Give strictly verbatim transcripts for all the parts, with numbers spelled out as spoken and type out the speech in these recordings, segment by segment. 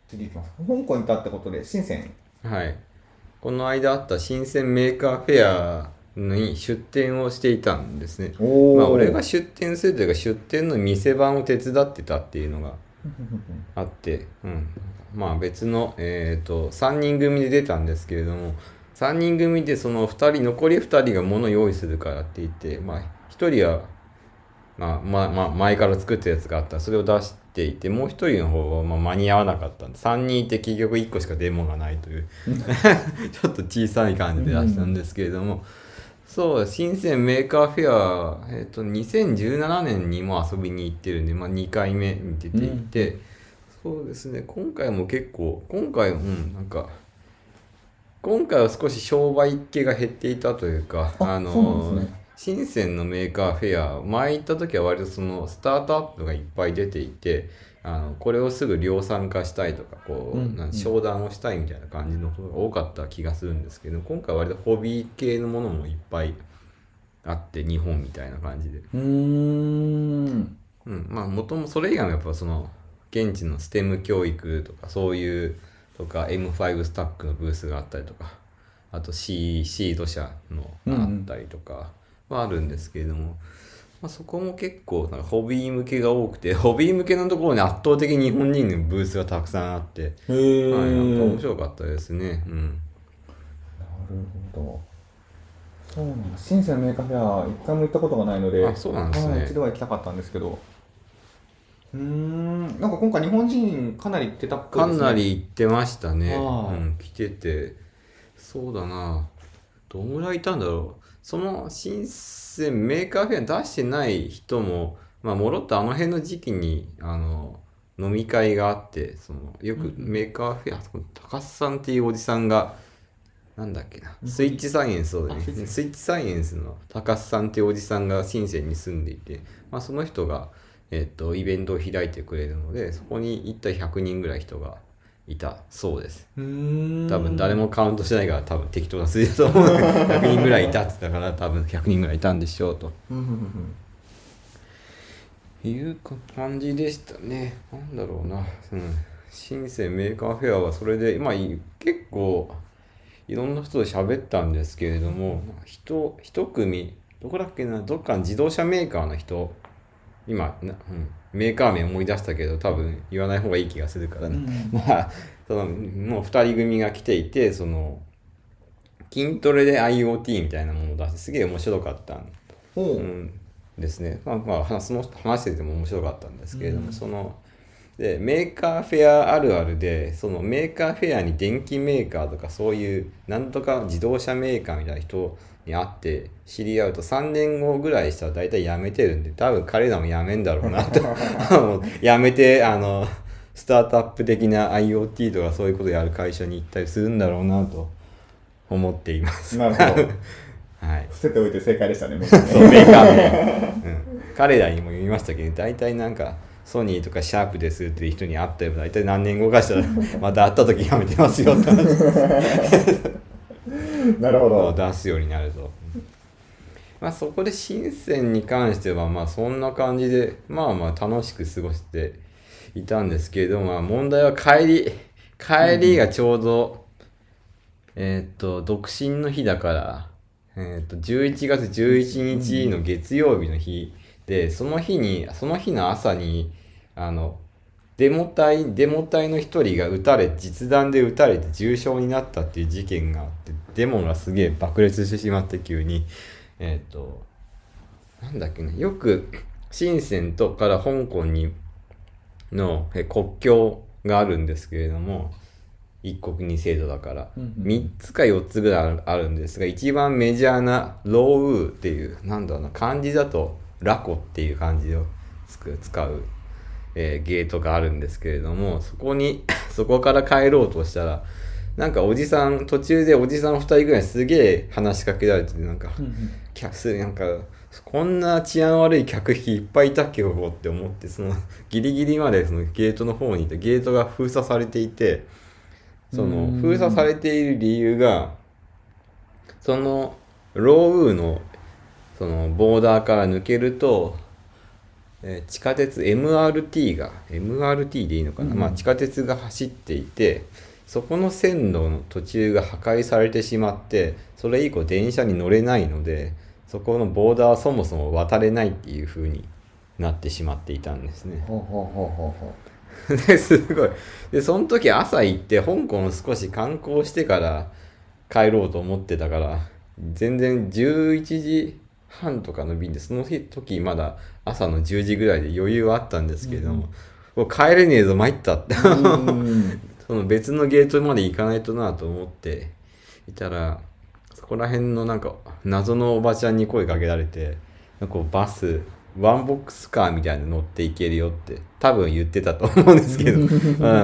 次行きます。香港にいたってことで、深セン。 はい。この間あった深センメーカーフェアに出店をしていたんですね。まあ、俺がおー。 出店するというか、出店の店番を手伝ってたっていうのがあって、うん。まあ、別の、えっと、さんにん組で出たんですけれども、さんにん組でそのふたり、残りふたりが物を用意するからって言って、まあ、ひとりは、まあ、まあ、まあ、前から作ったやつがあったらそれを出していて、もう一人の方はまあ間に合わなかったんで、さんにんいて結局いっこしかデモがないという、ちょっと小さい感じで出したんですけれども、そう、深センメーカーフェア、えっと、にせんじゅうななねんにも遊びに行ってるんで、まあにかいめに出ていて、そうですね、今回も結構、今回、うん、なんか、今回は少し商売系が減っていたというか、ああ、そうなんですのーね。 深センのメーカーフェア、前行った時は割とそのスタートアップがいっぱい出ていて、あの、これをすぐ量産化したいとか、こう、なん商談をしたいみたいな感じのことが多かった気がするんですけど、今回は割とホビー系のものもいっぱいあって、日本みたいな感じで。 うーん。 うん、まあ、もともそれ以外もやっぱその、現地のステム教育とか、そういう、とか、エムファイブ スタックのブースがあったりとか、あと C、シード社のあったりとかはあるんですけれども、まあ、そこも結構なんかホビー向けが多くて、ホビー向けのところに圧倒的に日本人のブースがたくさんあって、 へはい、なんか面ー。 白かったですね。うん。 なるほど。そうなんだ。深センメーカーフェア、一回も行ったことがないので、 あ、そうなんですはい、一ね。 度は行きたかったんですけど。うーん。なんか今回日本人かなり来てたっぽいかなですね。 り行ってましたね。うはん、来てて、そうだな。どんぐらいいたんだろう。その新鮮メーカーフェア出してない人も、まあ、もろっとあの辺の時期に、あの、飲み会があって、その、よくメーカーフェア、そこ高須さんっていうおじさんが、なんだっけな、スイッチサイエンスをね、 あスイッチスイッチサイエンスの高須さんっていうおじさんが深センに住んでいて、まあ、その人が、えっと、イベントを開いてくれるので、そこに行ったひゃくにんぐらい人がいたそうです。 い。うーん。 多分誰もカウントしないから多分適当な数字だと思う。ひゃくにんぐらいいたって言ったから多分ひゃくにんぐらいいたんでしょうとうんうんうんいう感じでしたね。なんだろうな。うん。深センメーカーフェアはそれで、まあ結構いろんな人と喋ったんですけれども、人、一組、どこだっけな、どっかの自動車メーカーの人、今、なうん、メーカー名思い出したけど多分言わない方がいい気がするからね。 うん。 まあ、その、もう二人組が来ていて、その、筋トレで IoT みたいなものを出してすげえ面白かったん、 ほう。 うんですね。まあ、まあ、話その話してても面白かったんですけれども、その、で、メーカーフェアあるあるで、そのメーカーフェアに電機メーカーとかそういうなんとか自動車メーカーみたいな人に会って知り合うとさんねんごぐらいしたら大体辞めてるんで、多分彼らも辞めんだろうなと。もう辞めて、あの、スタートアップ的な IoT とかそういうことやる会社に行ったりするんだろうなと思っています。 なるほど。 はい。 伏せておいて正解でしたね、メそう、メーカー名。うん。彼らにも言いましたけど、大体なんか、ソニーとかシャープですっていう人に会ったら、大体何年後かしたら、また会った時やめてますよって話なるほをど。 出すようになると。まあそこで深センに関しては、まあそんな感じで、まあまあ楽しく過ごしていたんですけれども、まあ問題は帰り、帰りがちょうど、えーっと、独身の日だから、えーっと、じゅういちがつじゅういちにちの月曜日の日で、その日に、その日の朝に、あの、デモ隊、デモ隊の一人が撃たれ、実弾で撃たれて重傷になったっていう事件があって、デモがすげえ爆裂してしまって急に、えーっと、なんだっけね、よく、深センとから香港にのえ国境があるんですけれども、一国二制度だから、みっつかよっつぐらいあるんですが、一番メジャーなローウーっていう、なんだろうな、漢字だとラコっていう漢字をつく使う、えーゲートがあるんですけれども、そこに、そこから帰ろうとしたら、なんかおじさん、途中でおじさん二人ぐらいすげえ話しかけられてて、なんか、客すなんか、こんな治安悪い客引きいっぱいいたっけここって思って、その、ギリギリまでそのゲートの方にいて、ゲートが封鎖されていて、その封鎖されている理由が、そのローウーのそのボーダーから抜けると、 えー地下鉄 エムアールティー が エムアールティー でいいのかな、 うんまあ、地下鉄が走っていて、そこの線路の途中が破壊されてしまって、それ以降電車に乗れないので、そこのボーダーはそもそも渡れないっていう風になってしまっていたんですね。 ほうほうほうほうほですごい。で、その時朝行って香港を少し観光してから帰ろうと思ってたから、全然じゅういちじはんとかの便で、その時まだ朝のじゅうじぐらいで余裕はあったんですけれども、もう帰れねえぞ参ったって。 ううんその別のゲートまで行かないとなと思っていたら、そこら辺のなんか謎のおばちゃんに声かけられて、なんかこうバス、ワンボックスカーみたいなの乗っていけるよって多分言ってたと思うんですけど、うん、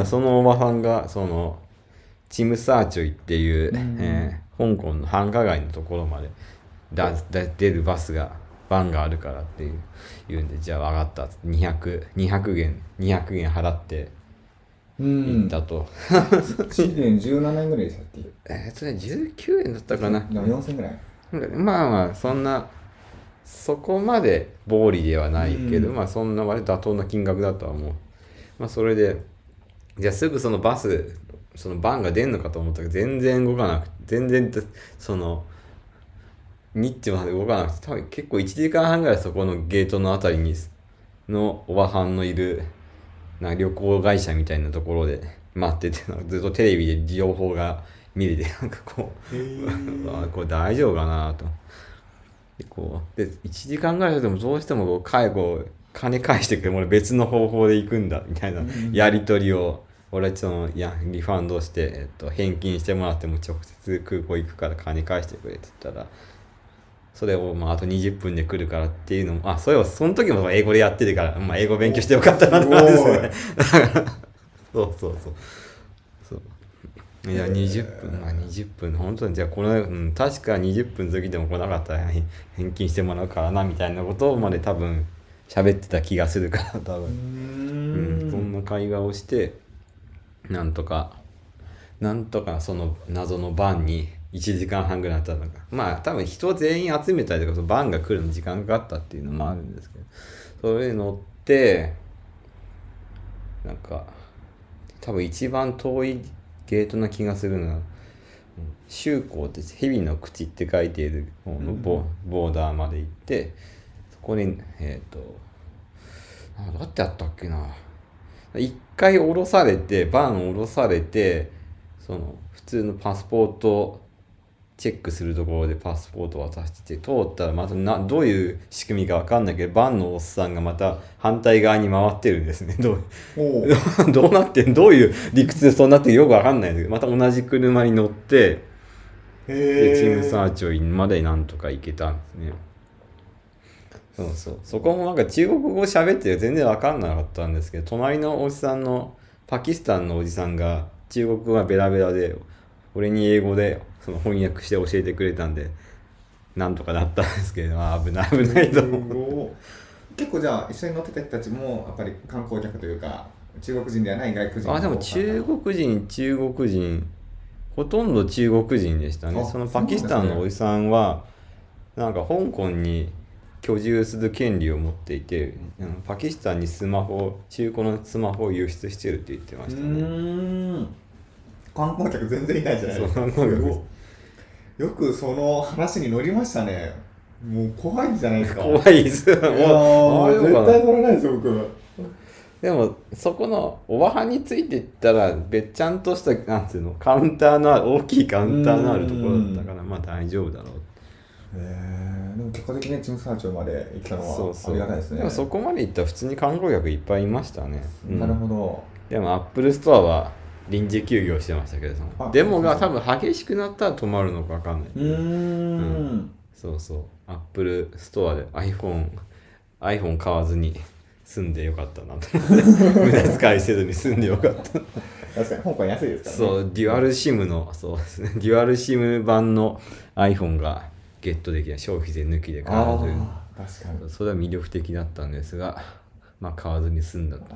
そのおばさんがそのチムサーチョイっていう、 うんえー香港の繁華街のところまでだだ出るバスがバンがあるからっていう言うんで、じゃあ分かったっつってにひゃく、にひゃくげんにひゃくえん払ってうん行ったと、 いちねんじゅうななえんぐらいでしたっけ？ えー、それじゅうきゅうえんだったかな。 でもよんせんぐらい。 なんかねまあまあそんなそこまで暴利ではないけど、 うんまあそんな割と妥当な金額だとは思う。まあそれでじゃあすぐそのバスそのバンが出んのかと思ったけど全然動かなくて、全然そのニッチまで動かなくて、多分結構いちじかんはんぐらいそこのゲートのあたりにのおばはんのいるなんか旅行会社みたいなところで待ってて、なんかずっとテレビで情報が見れて、なんかこうあこれ大丈夫かなと。でこうでいちじかんぐらいでもどうしてもこう介護金返してくれ、俺別の方法で行くんだみたいなやり取りを、俺はそのいやリファンドして、えっと、返金してもらっても直接空港行くから金返してくれって言ったら、それをまああとにじゅっぷんで来るからっていうのも、あそれをその時も英語でやってるから、まあ、英語勉強してよかったなって感じですよね。そうそうそうそういやにじゅっぷんまあにじゅっぷん本当にじゃあこの、うん、確かにじゅっぷん過ぎても来なかったら返金してもらうからなみたいなことまで多分喋ってた気がするから多分、 うーうん、そんな会話をしてなんとかなんとかその謎のバンにいちじかんはんぐらいあったのか、まあ多分人全員集めたりとかそのバンが来るのに時間かかったっていうのもあるんですけど、それに乗ってなんか多分一番遠いゲートな気がするのは周口って蛇の口って書いている方のボ,、ボーダーまで行って、そこにえっ、とあどうやってやったっけな、一回降ろされてバン降ろされて、その普通のパスポートチェックするところでパスポートを渡してて、通ったらまたなどういう仕組みか分かんないけど、バンのおっさんがまた反対側に回ってるんですね。どうおうどうなってんどういう理屈でそうなってるよく分かんないんだけど、また同じ車に乗ってでチームサーチョインまでなんとか行けたんですね。そうそうそこもなんか中国語喋って全然分かんなかったんですけど、隣のおじさんのパキスタンのおじさんが中国語がベラベラで俺に英語でその翻訳して教えてくれたんでなんとかなったんですけど、あ危ない危ないと思う。 結構じゃあ一緒に乗ってた人たちもやっぱり観光客というか中国人ではない外国人あでも中国人中国人ほとんど中国人でしたね。 あそのパキスタンのおじさんはなんか香港に居住する権利を持っていて、うんパキスタンにスマホ中古のスマホを輸出してるって言ってましたね。 うーん観光客全然いないじゃないですか。 そう観光客すごいよくその話に乗りましたね。もう怖いじゃないですか。 怖いですよ。 いやー絶ああいうのかな対乗らないですよ僕は。 でもそこのおばはんについていったらべっちゃんとしたなんていうのカウンターのある大きいカウンターのあるところだったからまあ大丈夫だろう。 えー、でも結果的にねチムサーチョまで行ったのそうそうはありがたいですね。 でもそこまで行ったら普通に観光客いっぱいいましたね。 なるほど。 うん、でもアップルストアは臨時休業してましたけど、 あデモが多分激しくなったら止まるのか分かんないけど、 うーんそうそうアップルストアで iPhone iPhone 買わずに住んでよかったなと無駄遣いせずに住んでよかった確かに香港安いですからね。 そうデュアルシムのそうですねデュアルシム版の iPhone がゲットできない、消費税抜きで買えるという、 あー確かに。 それは魅力的だったんですが、まあ買わずに済んだと。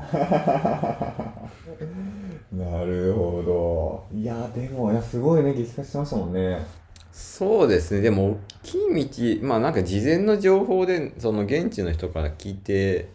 なるほど。いやでもいやすごいね激化してましたもんね。 そうですね。でも大きい道、まあなんか事前の情報でその現地の人から聞いて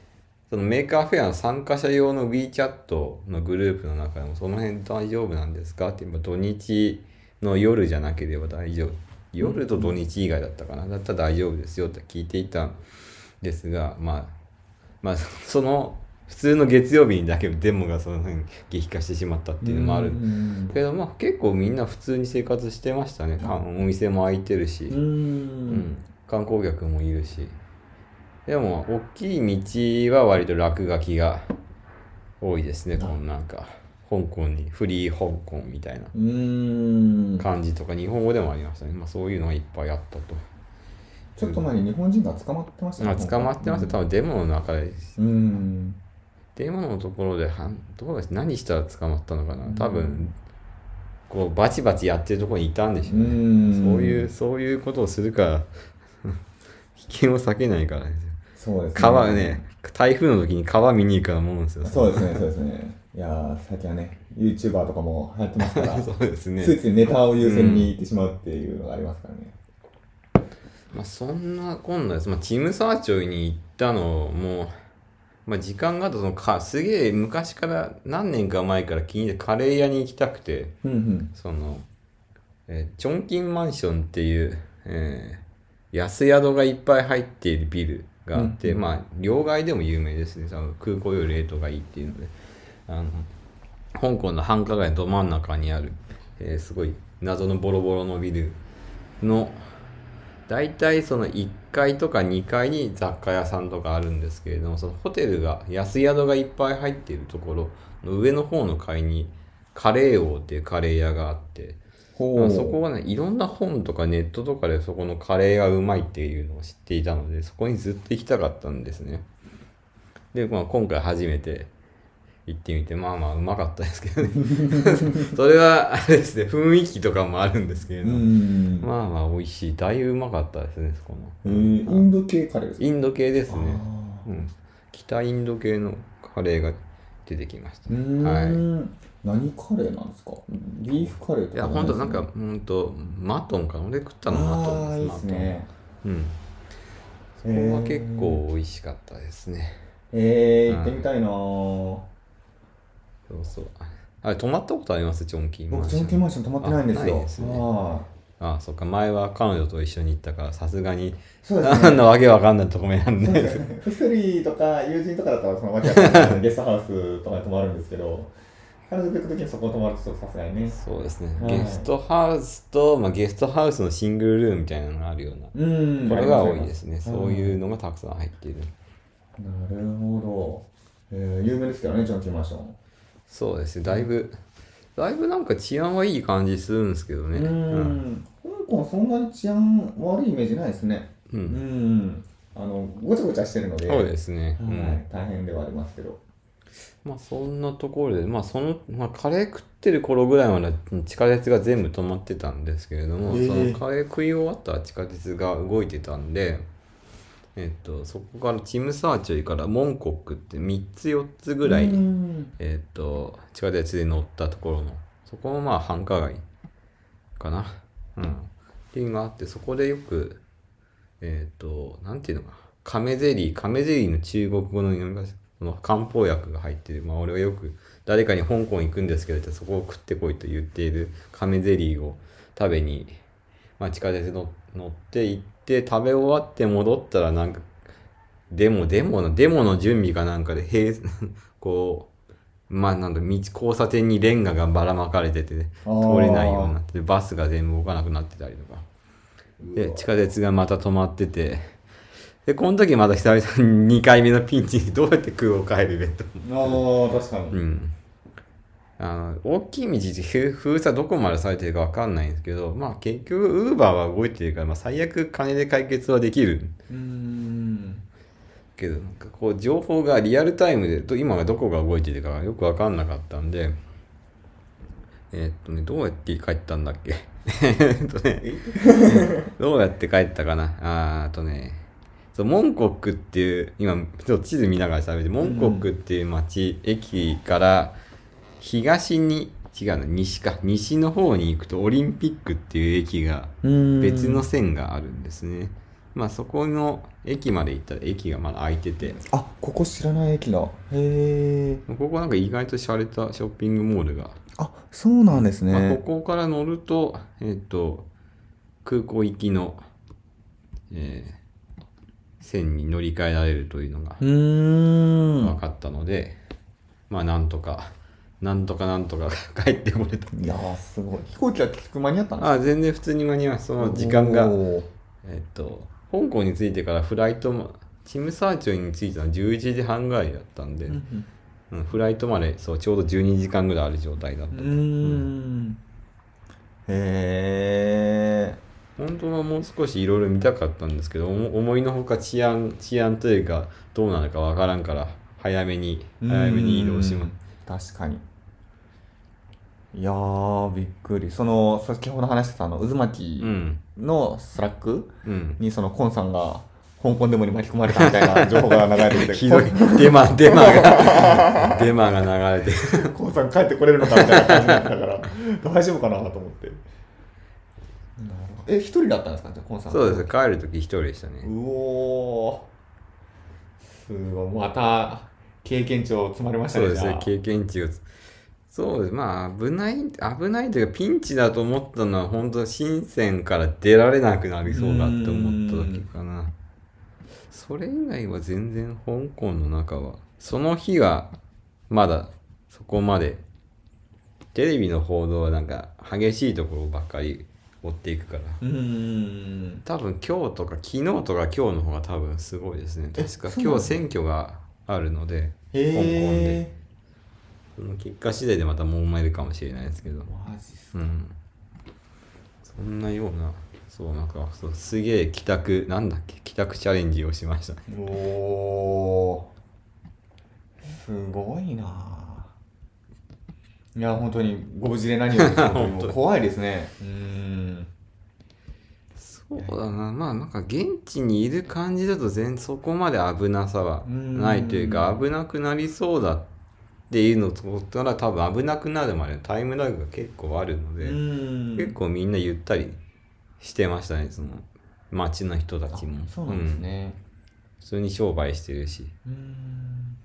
そのメーカーフェアの参加者用の WeChat のグループの中でもその辺大丈夫なんですかって今土日の夜じゃなければ大丈夫。夜と土日以外だったかな。だったら大丈夫ですよって聞いていたんですが、まあ、まあ、その普通の月曜日にだけデモがその辺激化してしまったっていうのもあるけど、まあ結構みんな普通に生活してましたね。かお店も開いてるし、 うんうん観光客もいるし。でも大きい道は割と落書きが多いですね。このなんか香港にフリー香港みたいなうん感じとか日本語でもありましたね。まあそういうのがいっぱいあったと。 ちょっと前に日本人が捕まってましたまあ捕まってました。多分デモの中で、 うんデモのところではんどうです何したら捕まったのかな。多分こうバチバチやってるところにいたんでしょうね。 うんそういうそういうことをするから危険を避けないからですよ。 そうですね川ね、台風の時に川見に行くからもんですよ。 そうですね、そうですね。いやー、最近はね、YouTuber とかも流行ってますから、 そうですね。 ついついネタを優先に行ってしまうっていうのがありますからね。 まあそんなこんなです。まあチームサーチョイに行ったのも、まあ時間があったそのか、すげえ昔から何年か前から気に入ってカレー屋に行きたくて、 うんうんその、えーチョンキンマンションっていう、えー安宿がいっぱい入っているビルがあって、 うんうんまあ両替でも有名ですね。その空港よりレートがいいっていうので、あの香港の繁華街のど真ん中にある、えーすごい謎のボロボロのビルの大体そのいっかいとかにかいに雑貨屋さんとかあるんですけれども、そのホテルが安宿がいっぱい入っているところの上の方の階にカレー王っていうカレー屋があって、 ほうまあそこがねいろんな本とかネットとかでそこのカレーがうまいっていうのを知っていたので、そこにずっと行きたかったんですね。で、まあ、今回初めて行ってみて、まあまあうまかったですけどねそれはあれですね、雰囲気とかもあるんですけれうど、 ん。 まあまあ美味しい、だいぶうまかったですね、そこえの。 ー、インド系カレーですか？ インド系ですね。 あうん。北インド系のカレーが出てきましたーうーね。はい。 ん。何カレーなんですか？ビーフカレーとかいや、ほんとなんか、ほんと、マトンかな。俺食ったのマトンああ、いいです。 ですね。 マトン。うん。そこは結構美味しかったですね。 えー、行ってみたいなぁ。 そうそう。あれ、泊まったことありますチョンキンマン僕、 ション。 ジョンキーマンション泊まってないんですよ。 あないですね。 はああ、そっか。前は彼女と一緒に行ったから、さすがに、 そうですねあんなわけわかんないとこめなんい。そうで。 ですね。一人とか友人とかだったら、そのわけわかんないゲストハウスとかに泊まるんですけど、彼女と行くときにそこに泊まるとちょっとさすがにね。 そうですね。 はいゲストハウスと、まあ、ゲストハウスのシングルルームみたいなのがあるような。 うん。 これが多いですね。 ありますそういうのがたくさん入っている。 なるほど。えー、有名ですけどね、ジョンキーマンション。 そうですね。だいぶ、だいぶなんか治安はいい感じするんですけどね。 うーん。香港そんなに治安悪いイメージないですね。 うんうん。あの、ごちゃごちゃしてるので、 そうですね。 はい、 うん。 大変ではありますけど。 まあそんなところで、まあその、まあカレー食ってる頃ぐらいまで地下鉄が全部止まってたんですけれども、 へえそのカレー食い終わったら地下鉄が動いてたんで、えっと、そこからチムサーチョイからモンコックってみっつよっつぐらい、 うんえっと、地下鉄で乗ったところの、そこもまあ繁華街かな。うん。っていうのがあって、そこでよく、えっと、なんていうのかな。亀ゼリー、亀ゼリーの中国語の読み方、その漢方薬が入ってる。まあ俺はよく誰かに香港行くんですけど、そこを食ってこいと言っている亀ゼリーを食べに、まあ地下鉄の乗って行って食べ終わって戻ったらなんか、デモ、デモの、デモの準備かなんかで、へこう、まあなんだ、道、交差点にレンガがばらまかれてて、 あー通れないようになってて、バスが全部動かなくなってたりとか。で、地下鉄がまた止まってて、で、この時また久々ににかいめのピンチにどうやって空を帰るベッド。 ああ、確かに。 うん。あの、大きい道って封封鎖どこまでされてるかわかんないんですけど、まあ結局、ウーバーは動いてるから、まあ最悪金で解決はできる。 うーん。 けど、なんかこう、情報がリアルタイムで、と今がどこが動いてるかがよくわかんなかったんで、えーっとね、どうやって帰ったんだっけえーっとね、どうやって帰ったかなあーあとね、そうモンコックっていう、今、ちょっと地図見ながら喋って、モンコックっていう町、駅から東に、違うの、西か、西の方に行くとオリンピックっていう駅が、別の線があるんですね。 まあそこの駅まで行ったら駅がまだ開いてて、 あ、ここ知らない駅だ。へえ。 ここなんか意外と洒落たショッピングモールが、 あ、そうなんですね。 まあ、ここから乗ると、えっと、空港行きの、えー線に乗り換えられるというのがうーん。 分かったので、まあなんとか、なんとかなんとか帰ってこれた。 いやー、すごい。飛行機は結局間に合ったんですか？ あ、全然普通に間に合います。その時間が、 おーえっと、香港に着いてからフライトも、チムサーチョンに着いたのはじゅういちじはんぐらいだったんで、 うんうん、フライトまでそうちょうどじゅうにじかんぐらいある状態だった。 うん。うーん。へえ。 本当はもう少しいろいろ見たかったんですけど、思思いのほか治安、治安というかどうなるかわからんから、早めに、早めに移動します。 す。確かに。いやー、びっくり。その、先ほど話してたあの、渦巻うん。 のスラックうん。 に、その、コンさんが、香港デモに巻き込まれたみたいな情報が流れてきて、 ひどい。デマ、デマが、デマが流れて。 コンさん帰ってこれるのかみたいな感じになってたから、大丈夫かなと思って。なるほど。え、一人だったんですかじゃあ、コンさん。 そうです。帰るとき一人でしたね。 うおー。すごい。また、経験値を積まれましたね、 そうですね。 じゃあ。 経験値を。そうです。まあ、危ない、危ないというか、ピンチだと思ったのは、本当深センから出られなくなりそうだって思った時かな。それ以外は全然香港の中は、その日はまだそこまで、テレビの報道はなんか激しいところばっかり追っていくから、 うーん。 多分今日とか昨日とか今日の方が多分すごいですね。確かそうなんだ今日選挙があるので、香港へで。 え。 その結果次第でまた揉めるかもしれないですけど。 マジっすか。 うん。そんなような、そうなんかそうすげえ帰宅、なんだっけ、帰宅チャレンジをしましたね。 おー。すごいなぁ。いや、本当にご無事で何よりです。本当にもう怖いですね。うーん。 そうだな、まあなんか現地にいる感じだと全そこまで危なさはないというか、危なくなりそうだっていうのとったら多分危なくなるまでのタイムラグが結構あるので、結構みんなゆったりしてましたね、その街の人たちも。 そうなんですね。 うん普通に商売してるし。 うーん。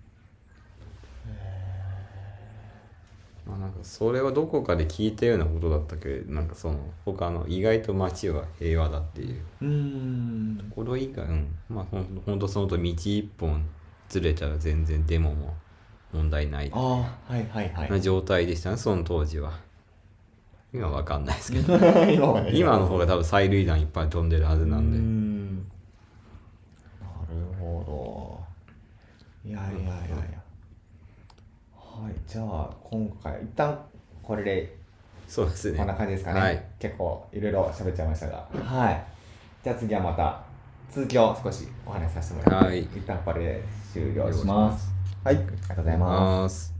まあ、なんかそれはどこかで聞いたようなことだったけど、なんかその他の意外と街は平和だっていううーん。 ところ以外、うん、まあほんほんとそのと道一本ずれたら全然デモも問題ないああ、はいはいはい。 な状態でしたね、その当時は。今はわかんないですけど、 今はね今の方が多分催涙弾いっぱい飛んでるはずなんで。 うーんなるほど。いやいやいやいや。はい、じゃあ今回一旦これでそうですね。 こんな感じですかね。 はい結構いろいろ喋っちゃいましたが。はい。じゃあ次はまた続きを少しお話しさせてもらいます。 はい一旦これで終了します。はい、ありがとうございます。 ます。